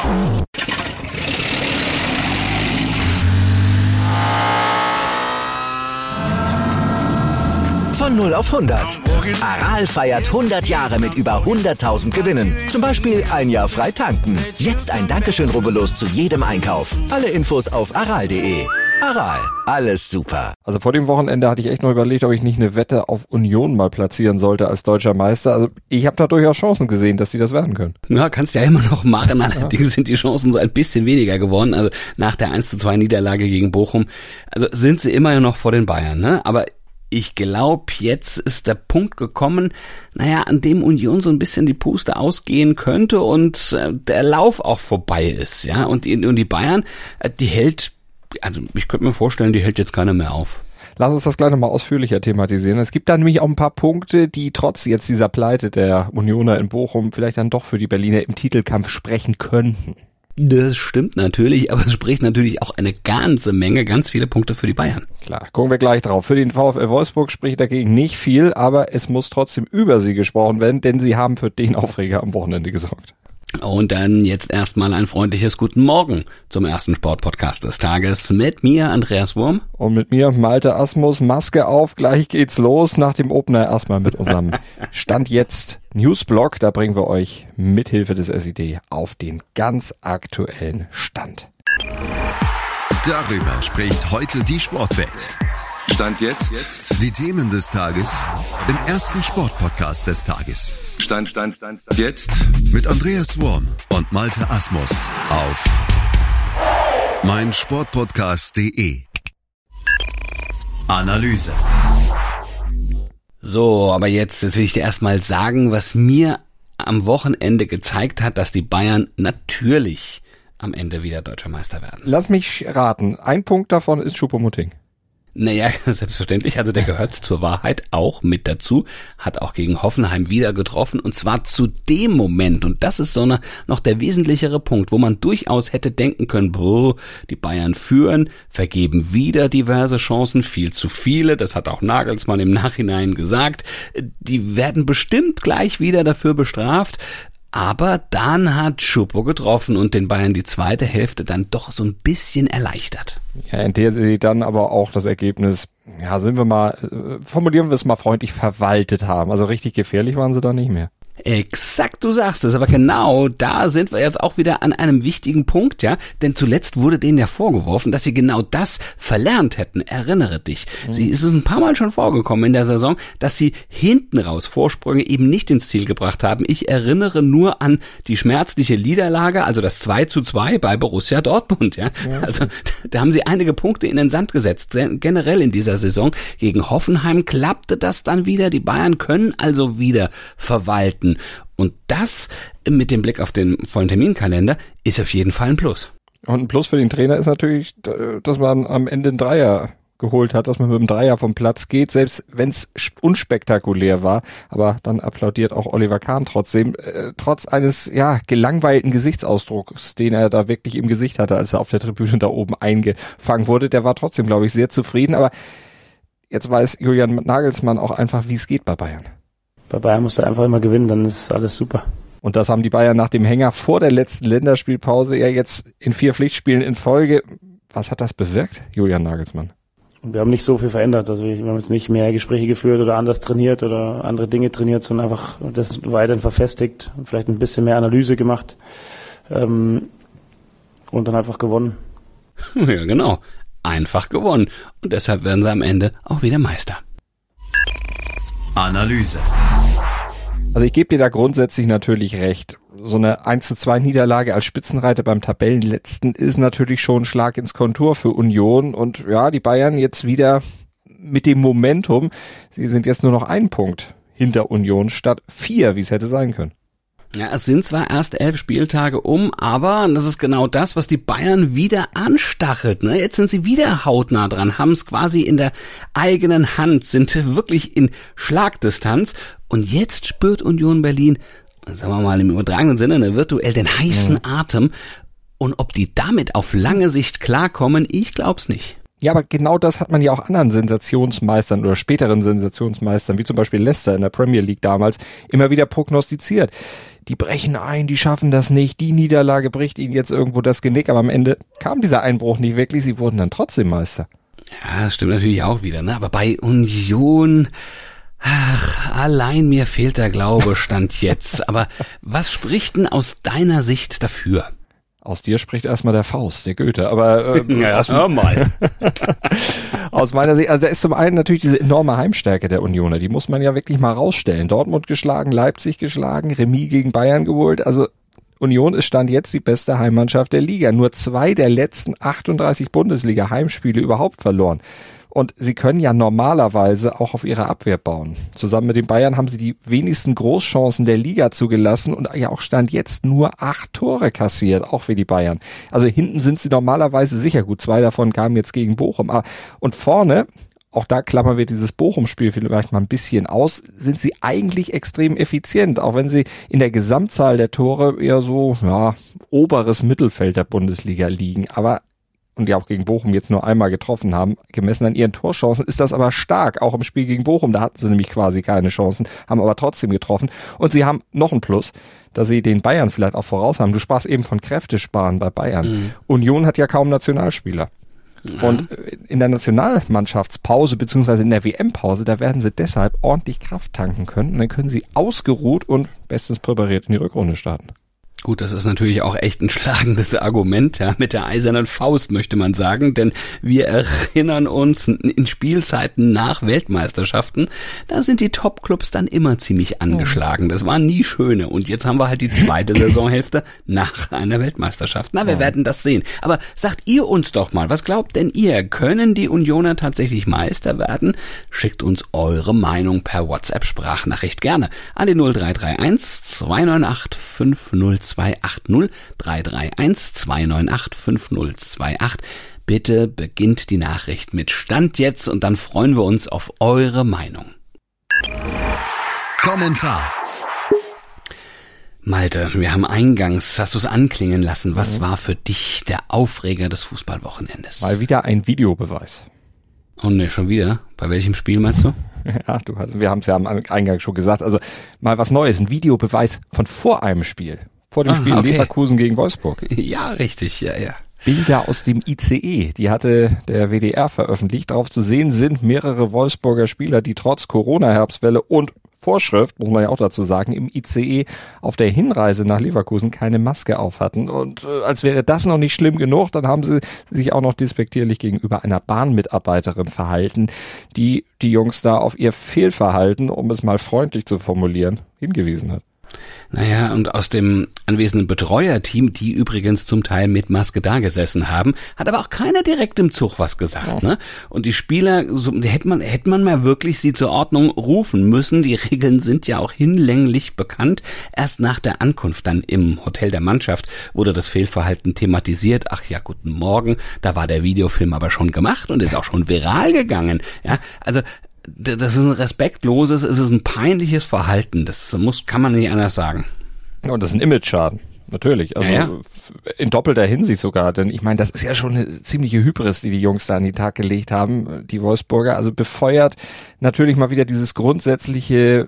Von 0 auf 100. Aral feiert 100 Jahre mit über 100.000 Gewinnen. Zum Beispiel ein Jahr frei tanken. Jetzt ein Dankeschön, rubbellos zu jedem Einkauf. Alle Infos auf aral.de. Aral, alles super. Also vor dem Wochenende hatte ich echt noch überlegt, ob ich nicht eine Wette auf Union mal platzieren sollte als deutscher Meister. Also ich habe da durchaus Chancen gesehen, dass die das werden können. Ja, kannst ja immer noch machen. Allerdings sind die Chancen so ein bisschen weniger geworden. Also nach der 1:2 Niederlage gegen Bochum, also sind sie immer noch vor den Bayern, ne? Aber ich glaube, jetzt ist der Punkt gekommen, an dem Union so ein bisschen die Puste ausgehen könnte und der Lauf auch vorbei ist, ja. Und die Bayern, die hält, also ich könnte mir vorstellen, die hält jetzt keiner mehr auf. Lass uns das gleich nochmal ausführlicher thematisieren. Es gibt da nämlich auch ein paar Punkte, die trotz jetzt dieser Pleite der Unioner in Bochum vielleicht dann doch für die Berliner im Titelkampf sprechen könnten. Das stimmt natürlich, aber es spricht natürlich auch eine ganze Menge, ganz viele Punkte für die Bayern. Klar, gucken wir gleich drauf. Für den VfL Wolfsburg spricht dagegen nicht viel, aber es muss trotzdem über sie gesprochen werden, denn sie haben für den Aufreger am Wochenende gesorgt. Und dann jetzt erstmal ein freundliches Guten Morgen zum ersten Sportpodcast des Tages mit mir, Andreas Wurm. Und mit mir, Malte Asmus. Maske auf, gleich geht's los. Nach dem Opener erstmal mit unserem Stand jetzt Newsblog. Da bringen wir euch mithilfe des SID auf den ganz aktuellen Stand. Darüber spricht heute die Sportwelt. Stand jetzt. Die Themen des Tages im ersten Sportpodcast des Tages. Stand jetzt. Mit Andreas Wurm und Malte Asmus auf meinsportpodcast.de. Analyse. So, aber jetzt will ich dir erstmal sagen, was mir am Wochenende gezeigt hat, dass die Bayern natürlich am Ende wieder Deutscher Meister werden. Lass mich raten. Ein Punkt davon ist Choupo-Moting. Naja, selbstverständlich, also der gehört zur Wahrheit auch mit dazu, hat auch gegen Hoffenheim wieder getroffen und zwar zu dem Moment, und das ist so noch der wesentlichere Punkt, wo man durchaus hätte denken können, die Bayern führen, vergeben wieder diverse Chancen, viel zu viele, das hat auch Nagelsmann im Nachhinein gesagt, die werden bestimmt gleich wieder dafür bestraft. Aber dann hat Choupo getroffen und den Bayern die zweite Hälfte dann doch so ein bisschen erleichtert. Ja, in der sie dann aber auch das Ergebnis, formulieren wir es mal freundlich, verwaltet haben. Also richtig gefährlich waren sie da nicht mehr. Exakt, du sagst es, aber genau da sind wir jetzt auch wieder an einem wichtigen Punkt, ja, denn zuletzt wurde denen ja vorgeworfen, dass sie genau das verlernt hätten, erinnere dich. Sie ist es ein paar Mal schon vorgekommen in der Saison, dass sie hinten raus Vorsprünge eben nicht ins Ziel gebracht haben. Ich erinnere nur an die schmerzliche Niederlage, also das 2:2 bei Borussia Dortmund, ja. Also da haben sie einige Punkte in den Sand gesetzt, generell in dieser Saison. Gegen Hoffenheim klappte das dann wieder, die Bayern können also wieder verwalten. Und das mit dem Blick auf den vollen Terminkalender ist auf jeden Fall ein Plus. Und ein Plus für den Trainer ist natürlich, dass man am Ende einen Dreier geholt hat, dass man mit dem Dreier vom Platz geht, selbst wenn es unspektakulär war. Aber dann applaudiert auch Oliver Kahn trotzdem, trotz eines gelangweilten Gesichtsausdrucks, den er da wirklich im Gesicht hatte, als er auf der Tribüne da oben eingefangen wurde. Der war trotzdem, glaube ich, sehr zufrieden. Aber jetzt weiß Julian Nagelsmann auch einfach, wie es geht bei Bayern. Bei Bayern musst du einfach immer gewinnen, dann ist alles super. Und das haben die Bayern nach dem Hänger vor der letzten Länderspielpause jetzt in 4 Pflichtspielen in Folge. Was hat das bewirkt, Julian Nagelsmann? Wir haben nicht so viel verändert. Also wir haben jetzt nicht mehr Gespräche geführt oder anders trainiert oder andere Dinge trainiert, sondern einfach das weiterhin verfestigt und vielleicht ein bisschen mehr Analyse gemacht und dann einfach gewonnen. Ja, genau. Einfach gewonnen. Und deshalb werden sie am Ende auch wieder Meister. Analyse. Also ich gebe dir da grundsätzlich natürlich recht. So eine 1:2 Niederlage als Spitzenreiter beim Tabellenletzten ist natürlich schon ein Schlag ins Kontor für Union. Und ja, die Bayern jetzt wieder mit dem Momentum. Sie sind jetzt nur noch 1 Punkt hinter Union statt 4, wie es hätte sein können. Ja, es sind zwar erst 11 Spieltage aber das ist genau das, was die Bayern wieder anstachelt. Ne? Jetzt sind sie wieder hautnah dran, haben es quasi in der eigenen Hand, sind wirklich in Schlagdistanz. Und jetzt spürt Union Berlin, sagen wir mal im übertragenen Sinne, virtuell den heißen Atem. Und ob die damit auf lange Sicht klarkommen, ich glaub's nicht. Ja, aber genau das hat man ja auch anderen Sensationsmeistern oder späteren Sensationsmeistern, wie zum Beispiel Leicester in der Premier League damals, immer wieder prognostiziert. Die brechen ein, die schaffen das nicht, die Niederlage bricht ihnen jetzt irgendwo das Genick, aber am Ende kam dieser Einbruch nicht wirklich, sie wurden dann trotzdem Meister. Ja, das stimmt natürlich auch wieder, ne? Aber bei Union, allein mir fehlt der Glaube, Stand jetzt. Aber was spricht denn aus deiner Sicht dafür? Aus dir spricht erstmal der Faust, der Goethe, aber ja, hör mal. Aus meiner Sicht, also da ist zum einen natürlich diese enorme Heimstärke der Unioner, die muss man ja wirklich mal rausstellen. Dortmund geschlagen, Leipzig geschlagen, Remis gegen Bayern geholt, also Union ist Stand jetzt die beste Heimmannschaft der Liga. Nur 2 der letzten 38 Bundesliga-Heimspiele überhaupt verloren. Und sie können ja normalerweise auch auf ihre Abwehr bauen. Zusammen mit den Bayern haben sie die wenigsten Großchancen der Liga zugelassen und ja auch Stand jetzt nur 8 Tore kassiert, auch wie die Bayern. Also hinten sind sie normalerweise sicher gut. 2 davon kamen jetzt gegen Bochum. Und vorne, auch da klammern wir dieses Bochum-Spiel vielleicht mal ein bisschen aus, sind sie eigentlich extrem effizient, auch wenn sie in der Gesamtzahl der Tore eher so, oberes Mittelfeld der Bundesliga liegen. Und ja auch gegen Bochum jetzt nur einmal getroffen haben, gemessen an ihren Torchancen, ist das aber stark, auch im Spiel gegen Bochum, da hatten sie nämlich quasi keine Chancen, haben aber trotzdem getroffen und sie haben noch ein Plus, dass sie den Bayern vielleicht auch voraus haben. Du sprachst eben von Kräftesparen bei Bayern. Union hat ja kaum Nationalspieler. Und in der Nationalmannschaftspause beziehungsweise in der WM-Pause, da werden sie deshalb ordentlich Kraft tanken können und dann können sie ausgeruht und bestens präpariert in die Rückrunde starten. Gut, das ist natürlich auch echt ein schlagendes Argument, ja, mit der eisernen Faust möchte man sagen, denn wir erinnern uns in Spielzeiten nach Weltmeisterschaften, da sind die Top-Clubs dann immer ziemlich angeschlagen. Das waren nie schöne und jetzt haben wir halt die zweite Saisonhälfte nach einer Weltmeisterschaft. Na, wir werden das sehen. Aber sagt ihr uns doch mal, was glaubt denn ihr? Können die Unioner tatsächlich Meister werden? Schickt uns eure Meinung per WhatsApp-Sprachnachricht gerne an die 0331 298 502 280 331 298 5028. Bitte beginnt die Nachricht mit Stand jetzt und dann freuen wir uns auf eure Meinung. Kommentar. Malte, wir haben eingangs, hast du es anklingen lassen, was war für dich der Aufreger des Fußballwochenendes? Mal wieder ein Videobeweis. Oh ne, schon wieder? Bei welchem Spiel meinst du? Ja, wir haben es ja am Eingang schon gesagt, also mal was Neues, ein Videobeweis von vor einem Spiel. Vor dem Spiel Leverkusen gegen Wolfsburg. Ja, richtig, ja. Bilder aus dem ICE, die hatte der WDR veröffentlicht. Darauf zu sehen sind mehrere Wolfsburger Spieler, die trotz Corona-Herbstwelle und Vorschrift, muss man ja auch dazu sagen, im ICE auf der Hinreise nach Leverkusen keine Maske auf hatten. Und als wäre das noch nicht schlimm genug, dann haben sie sich auch noch despektierlich gegenüber einer Bahnmitarbeiterin verhalten, die Jungs da auf ihr Fehlverhalten, um es mal freundlich zu formulieren, hingewiesen hat. Naja, und aus dem anwesenden Betreuerteam, die übrigens zum Teil mit Maske da gesessen haben, hat aber auch keiner direkt im Zug was gesagt, ne? Und die Spieler, hätte man mal wirklich sie zur Ordnung rufen müssen. Die Regeln sind ja auch hinlänglich bekannt. Erst nach der Ankunft dann im Hotel der Mannschaft wurde das Fehlverhalten thematisiert. Ach ja, guten Morgen, da war der Videofilm aber schon gemacht und ist auch schon viral gegangen. Ja, also das ist ein respektloses, es ist ein peinliches Verhalten. Kann man nicht anders sagen. Und das ist ein Image-Schaden. Natürlich, also in doppelter Hinsicht sogar, denn ich meine, das ist ja schon eine ziemliche Hybris, die Jungs da an den Tag gelegt haben, die Wolfsburger, also befeuert natürlich mal wieder diese grundsätzlichen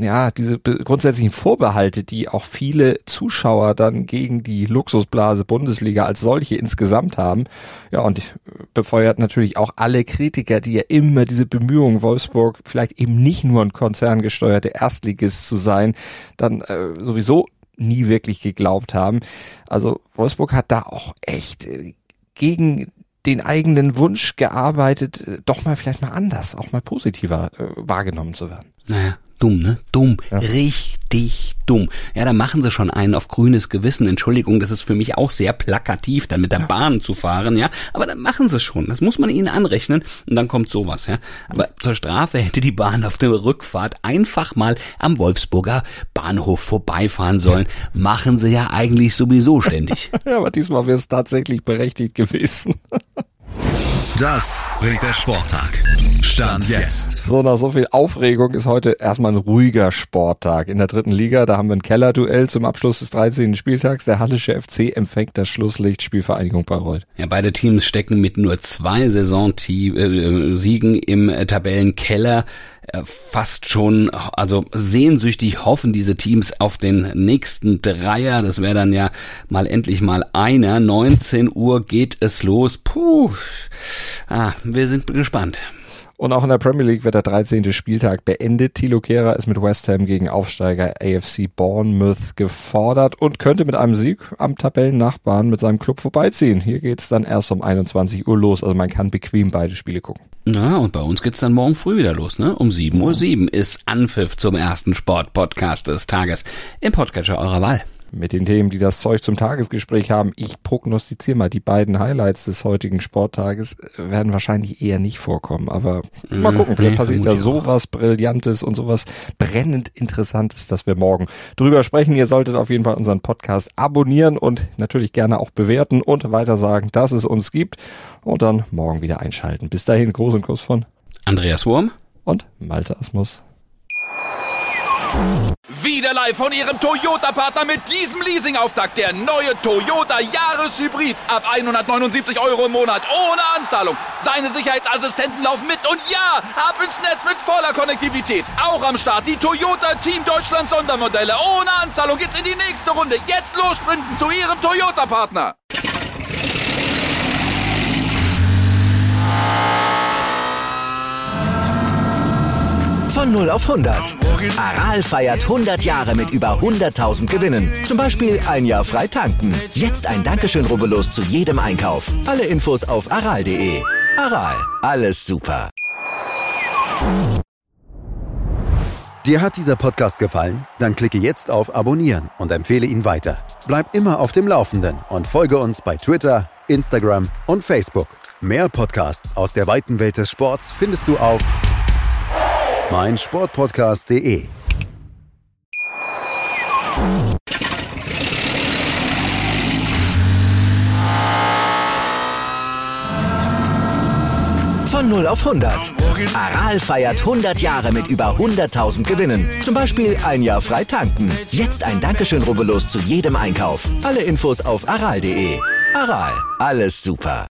Vorbehalte, die auch viele Zuschauer dann gegen die Luxusblase Bundesliga als solche insgesamt haben, ja, und befeuert natürlich auch alle Kritiker, die ja immer diese Bemühungen, Wolfsburg vielleicht eben nicht nur ein konzerngesteuerter Erstligist zu sein, dann sowieso nie wirklich geglaubt haben. Also Wolfsburg hat da auch echt gegen den eigenen Wunsch gearbeitet, doch mal vielleicht mal anders, auch mal positiver wahrgenommen zu werden. Naja, dumm, ne? Dumm. Ja. Richtig dumm. Ja, da machen sie schon einen auf grünes Gewissen. Entschuldigung, das ist für mich auch sehr plakativ, dann mit der Bahn zu fahren, ja. Aber dann machen sie schon. Das muss man ihnen anrechnen. Und dann kommt sowas, ja. Aber zur Strafe hätte die Bahn auf der Rückfahrt einfach mal am Wolfsburger Bahnhof vorbeifahren sollen. Machen sie ja eigentlich sowieso ständig. Ja, aber diesmal wäre es tatsächlich berechtigt gewesen. Das bringt der Sporttag. Stand jetzt. So, nach so viel Aufregung ist heute erstmal ein ruhiger Sporttag. In der 3. Liga, da haben wir ein Kellerduell zum Abschluss des 13. Spieltags. Der Hallische FC empfängt das Schlusslicht Spielvereinigung Bayreuth. Ja, beide Teams stecken mit nur 2 Saisonsiegen im Tabellenkeller. Fast schon, also sehnsüchtig hoffen diese Teams auf den nächsten Dreier. Das wäre dann ja mal endlich mal einer. 19 Uhr geht es los. Wir sind gespannt. Und auch in der Premier League wird der 13. Spieltag beendet. Thilo Kehrer ist mit West Ham gegen Aufsteiger AFC Bournemouth gefordert und könnte mit einem Sieg am Tabellennachbarn mit seinem Club vorbeiziehen. Hier geht's dann erst um 21 Uhr los, also man kann bequem beide Spiele gucken. Na, und bei uns geht's dann morgen früh wieder los, ne? Um 7:07 Uhr ist Anpfiff zum ersten Sportpodcast des Tages im Podcatcher eurer Wahl. Mit den Themen, die das Zeug zum Tagesgespräch haben. Ich prognostiziere mal, die beiden Highlights des heutigen Sporttages werden wahrscheinlich eher nicht vorkommen. Aber mal gucken, vielleicht passiert ja sowas Brillantes und sowas brennend Interessantes, dass wir morgen drüber sprechen. Ihr solltet auf jeden Fall unseren Podcast abonnieren und natürlich gerne auch bewerten und weiter sagen, dass es uns gibt. Und dann morgen wieder einschalten. Bis dahin, Gruß und Kuss von Andreas Wurm und Malte Asmus. Wieder live von Ihrem Toyota-Partner mit diesem Leasing-Auftakt. Der neue Toyota Jahreshybrid. Ab 179 € im Monat. Ohne Anzahlung. Seine Sicherheitsassistenten laufen mit. Und ja, ab ins Netz mit voller Konnektivität. Auch am Start die Toyota Team Deutschland Sondermodelle. Ohne Anzahlung geht's in die nächste Runde. Jetzt los sprinten zu Ihrem Toyota-Partner. Von 0 auf 100. Aral feiert 100 Jahre mit über 100.000 Gewinnen. Zum Beispiel ein Jahr frei tanken. Jetzt ein Dankeschön, rubbellos zu jedem Einkauf. Alle Infos auf aral.de. Aral, alles super. Dir hat dieser Podcast gefallen? Dann klicke jetzt auf Abonnieren und empfehle ihn weiter. Bleib immer auf dem Laufenden und folge uns bei Twitter, Instagram und Facebook. Mehr Podcasts aus der weiten Welt des Sports findest du auf meinsportpodcast.de. Von 0 auf 100. Aral feiert 100 Jahre mit über 100.000 Gewinnen. Zum Beispiel ein Jahr frei tanken. Jetzt ein Dankeschön, rubbellos zu jedem Einkauf. Alle Infos auf aral.de. Aral, alles super.